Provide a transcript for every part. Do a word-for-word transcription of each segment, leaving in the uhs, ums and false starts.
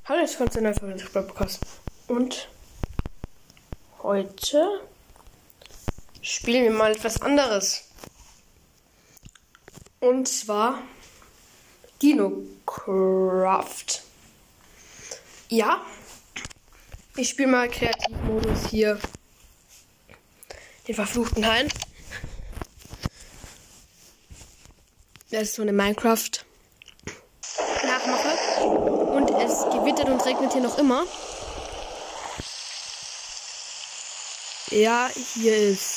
Hallo, jetzt kommt ein neuer Podcast. Und heute spielen wir mal etwas anderes. Und zwar Dinocraft. Ja, ich spiele mal Kreativmodus hier. Den verfluchten Hain. Das ist so eine Minecraft-Nachmache. Und es gewittert und regnet hier noch immer. Ja, hier ist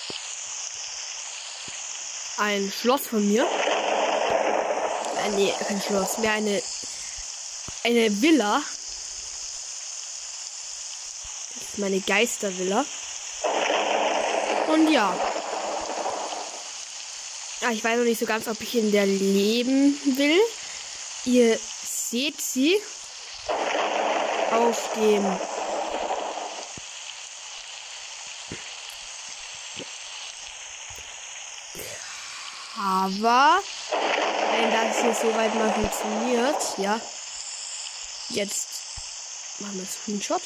ein Schloss von mir. Äh, nee, kein Schloss. Mehr eine, eine Villa. Das ist meine Geistervilla. Und ja. Ah, ich weiß noch nicht so ganz, ob ich in der leben will. Ihr seht sie auf dem Cover. Wenn das hier soweit mal funktioniert. Ja. Jetzt machen wir Screenshot.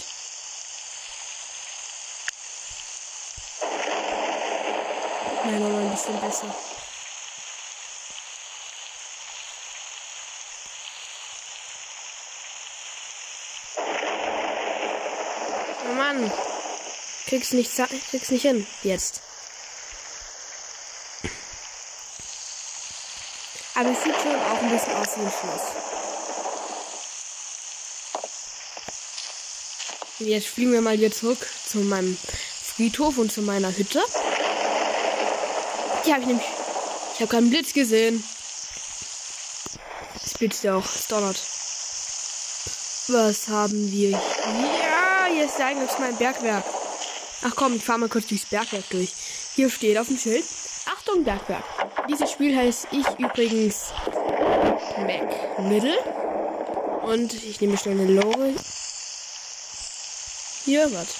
Nein, machen wir ein bisschen besser. Oh Mann. Krieg's nicht, krieg's nicht hin. Jetzt. Aber es sieht schon auch ein bisschen aus wie ein Schloss. Und jetzt fliegen wir mal wieder zurück zu meinem Friedhof und zu meiner Hütte. Die habe ich nämlich. Ich habe keinen Blitz gesehen. Es blitzt ja auch. Es donnert. Was haben wir hier? Ja, hier ist eigentlich mein Bergwerk. Ach komm, ich fahre mal kurz durchs Bergwerk durch. Hier steht auf dem Schild: Achtung, Bergwerk. Dieses Spiel heißt ich übrigens Mac Middle. Und ich nehme schnell eine Lore. Hier, was?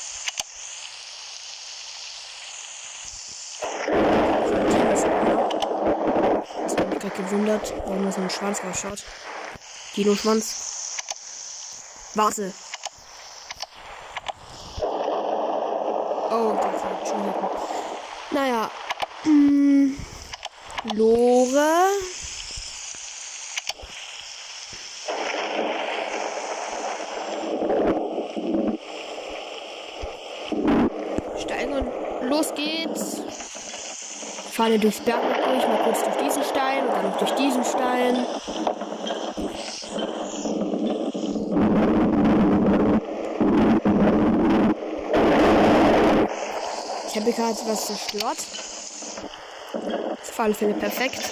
Ich habe mich gerade gewundert, warum da so ein Schwanz rausschaut. Dino-Schwanz. Warte. Oh, das hat schon hinten. Naja. Mh, Lore. Steigen und los geht's. Fahren wir durchs Berg durch, mal kurz durch diesen Stein und dann noch durch diesen Stein. Ich habe gerade was zerstört. Das ist auf alle Fälle perfekt.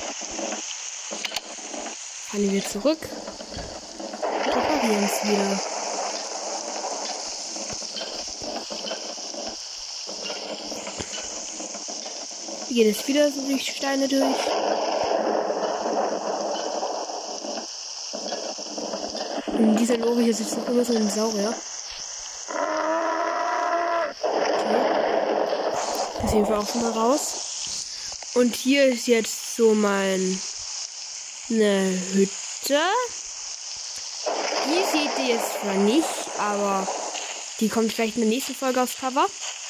Fahren wir zurück. Und reparieren es wieder. Hier geht es wieder so durch Steine durch. Und in dieser Lore hier sitzt noch immer so ein Saurier. Das ist jedenfalls auch schon mal raus. Und hier ist jetzt so mein eine Hütte. Die seht ihr jetzt zwar nicht, aber die kommt vielleicht in der nächsten Folge aufs Cover.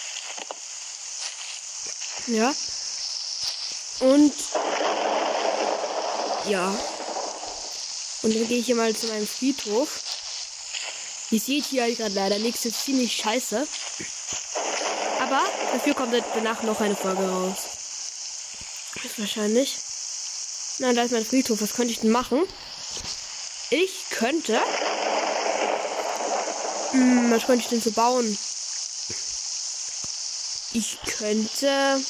Ja. Und ja. Und dann gehe ich hier mal zu meinem Friedhof. Ihr seht hier halt gerade leider nichts, das ist ziemlich scheiße. Aber dafür kommt danach noch eine Folge raus. Ist wahrscheinlich. Na, da ist mein Friedhof. Was könnte ich denn machen? Ich könnte. Hm, was könnte ich denn so bauen? Ich könnte.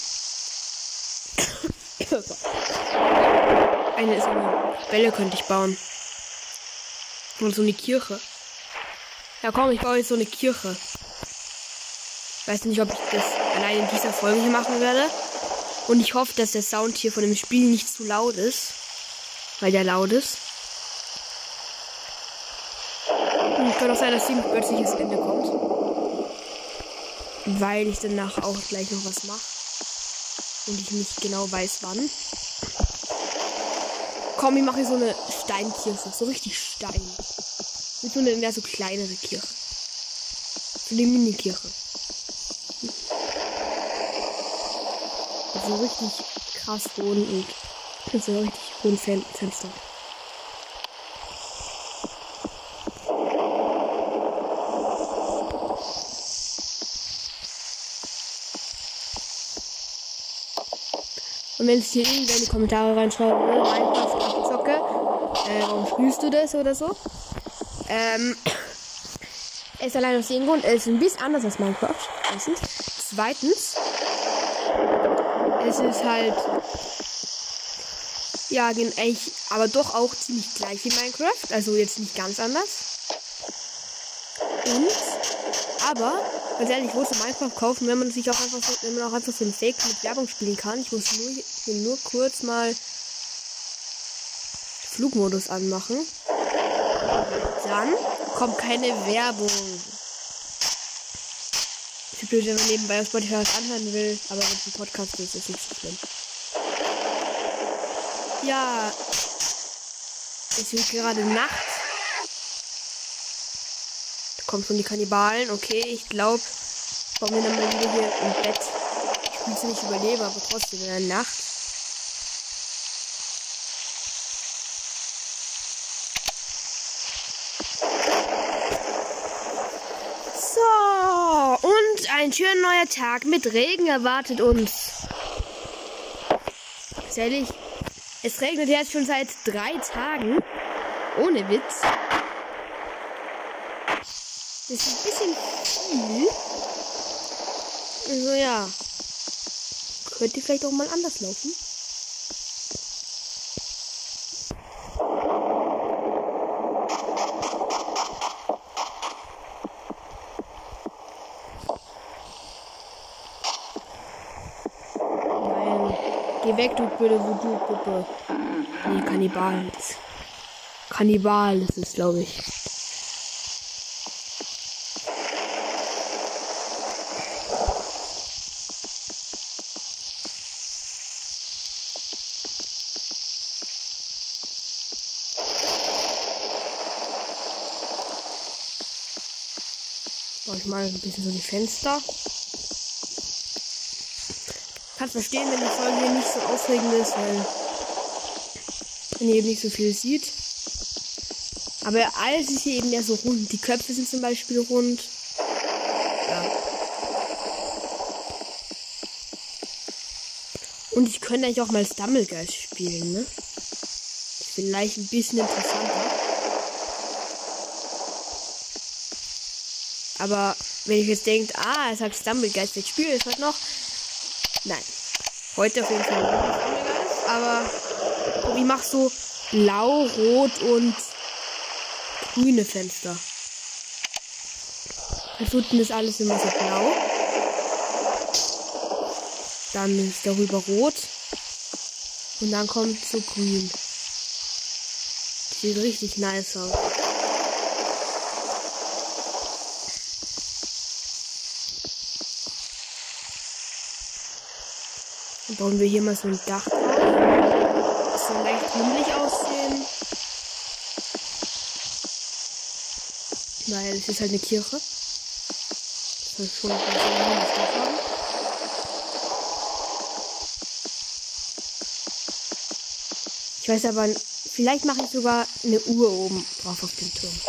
eine so eine Bälle könnte ich bauen. Und so eine Kirche. Ja komm, ich baue jetzt so eine Kirche. Weiß nicht, ob ich das allein in dieser Folge hier machen werde. Und ich hoffe, dass der Sound hier von dem Spiel nicht zu laut ist. Weil der laut ist. Und es kann auch sein, dass hier ein plötzliches Ende kommt. Weil ich danach auch gleich noch was mache. Und ich nicht genau weiß, wann. Komm, ich mache hier so eine Steinkirche. So richtig Stein. Mit so einer so kleinere Kirche. So eine Mini-Kirche. So richtig krass hohen und so richtig hohen Fen Fenster. Und wenn es hier irgendwer in die Kommentare reinschreibt, Minecraft Zocke, äh, warum spielst du das oder so? Ähm, er ist allein aus dem Grund, er ist ein bisschen anders als Minecraft. Erstens. Zweitens, es ist halt, ja, echt, aber doch auch ziemlich gleich wie Minecraft, also jetzt nicht ganz anders. Und, aber, ganz ehrlich, ich muss Minecraft kaufen, wenn man sich auch einfach so, wenn man auch einfach so ein Fake mit Werbung spielen kann. Ich muss nur, hier nur kurz mal Flugmodus anmachen. Dann kommt keine Werbung. Ich blöd, wenn man nebenbei auf Spotify was anhören will, aber wenn es ein Podcast ist, ist es nicht so schlimm. Ja, es wird gerade Nacht. Da kommen schon die Kannibalen. Okay, ich glaube, warum wir dann mal wieder hier im Bett. Ich will es nicht überleben, aber trotzdem in der Nacht. So, und ein schöner neuer Tag mit Regen erwartet uns. Ehrlich, es regnet jetzt schon seit drei Tagen. Ohne Witz. Das ist ein bisschen viel. Also ja. Könnte vielleicht auch mal anders laufen. Geh weg, du blöde Voodoo-Puppe. Nee, Kannibal. Kannibal ist es, glaube ich. Mach ich mal ein bisschen so die Fenster. Kann verstehen, wenn die Folge hier nicht so aufregend ist, weil man eben nicht so viel sieht. Aber alles ist hier eben mehr so rund. Die Köpfe sind zum Beispiel rund. Ja. Und ich könnte eigentlich auch mal Stumblegeist spielen, ne? Vielleicht ein bisschen interessanter. Aber wenn ich jetzt denke, ah, er sagt Stumblegeist, ich spiele es heute noch. Nein. Heute auf jeden Fall nicht. Aber ich mache so blau, rot und grüne Fenster. Jetzt unten ist alles immer so blau. Dann ist darüber rot. Und dann kommt so grün. Sieht richtig nice aus. Dann bauen wir hier mal so ein Dach drauf. Das soll leicht rundlich aussehen. Weil es ist halt eine Kirche. Das soll schon ein rundes Dach haben. Ich weiß aber, vielleicht mache ich sogar eine Uhr oben drauf auf dem Turm.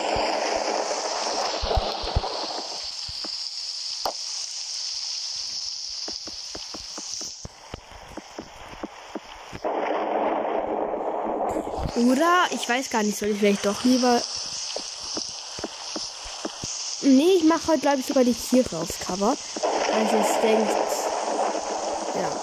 Oder, ich weiß gar nicht, soll ich vielleicht doch lieber... Nee, ich mache heute, glaube ich, sogar die Kirche aufs Cover. Weil ich jetzt denke... Ja.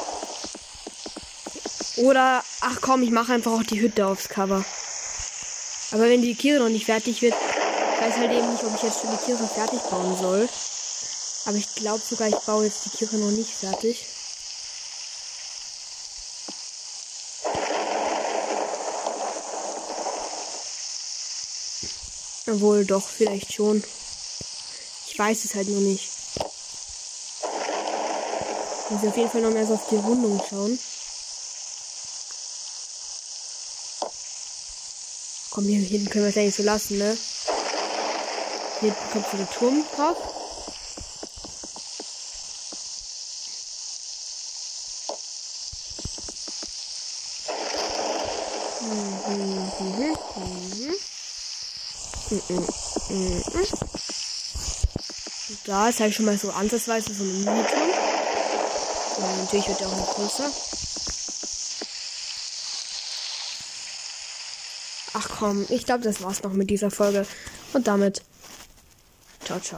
Oder, ach komm, ich mache einfach auch die Hütte aufs Cover. Aber wenn die Kirche noch nicht fertig wird, ich weiß halt eben nicht, ob ich jetzt schon die Kirche fertig bauen soll. Aber ich glaube sogar, ich baue jetzt die Kirche noch nicht fertig. Obwohl, doch, vielleicht schon. Ich weiß es halt nur nicht. Ich muss auf jeden Fall noch mehr so auf die Rundung schauen. Komm, hier hinten können wir es eigentlich so lassen, ne? Hier kommt so der Turm drauf. Mhm, mhm, mhm. Mhm, mhm, mhm. Da ist halt schon mal so ansatzweise so ein Miniturm. Und natürlich wird der auch noch größer. Ach komm, ich glaube, das war's noch mit dieser Folge. Und damit, ciao, ciao.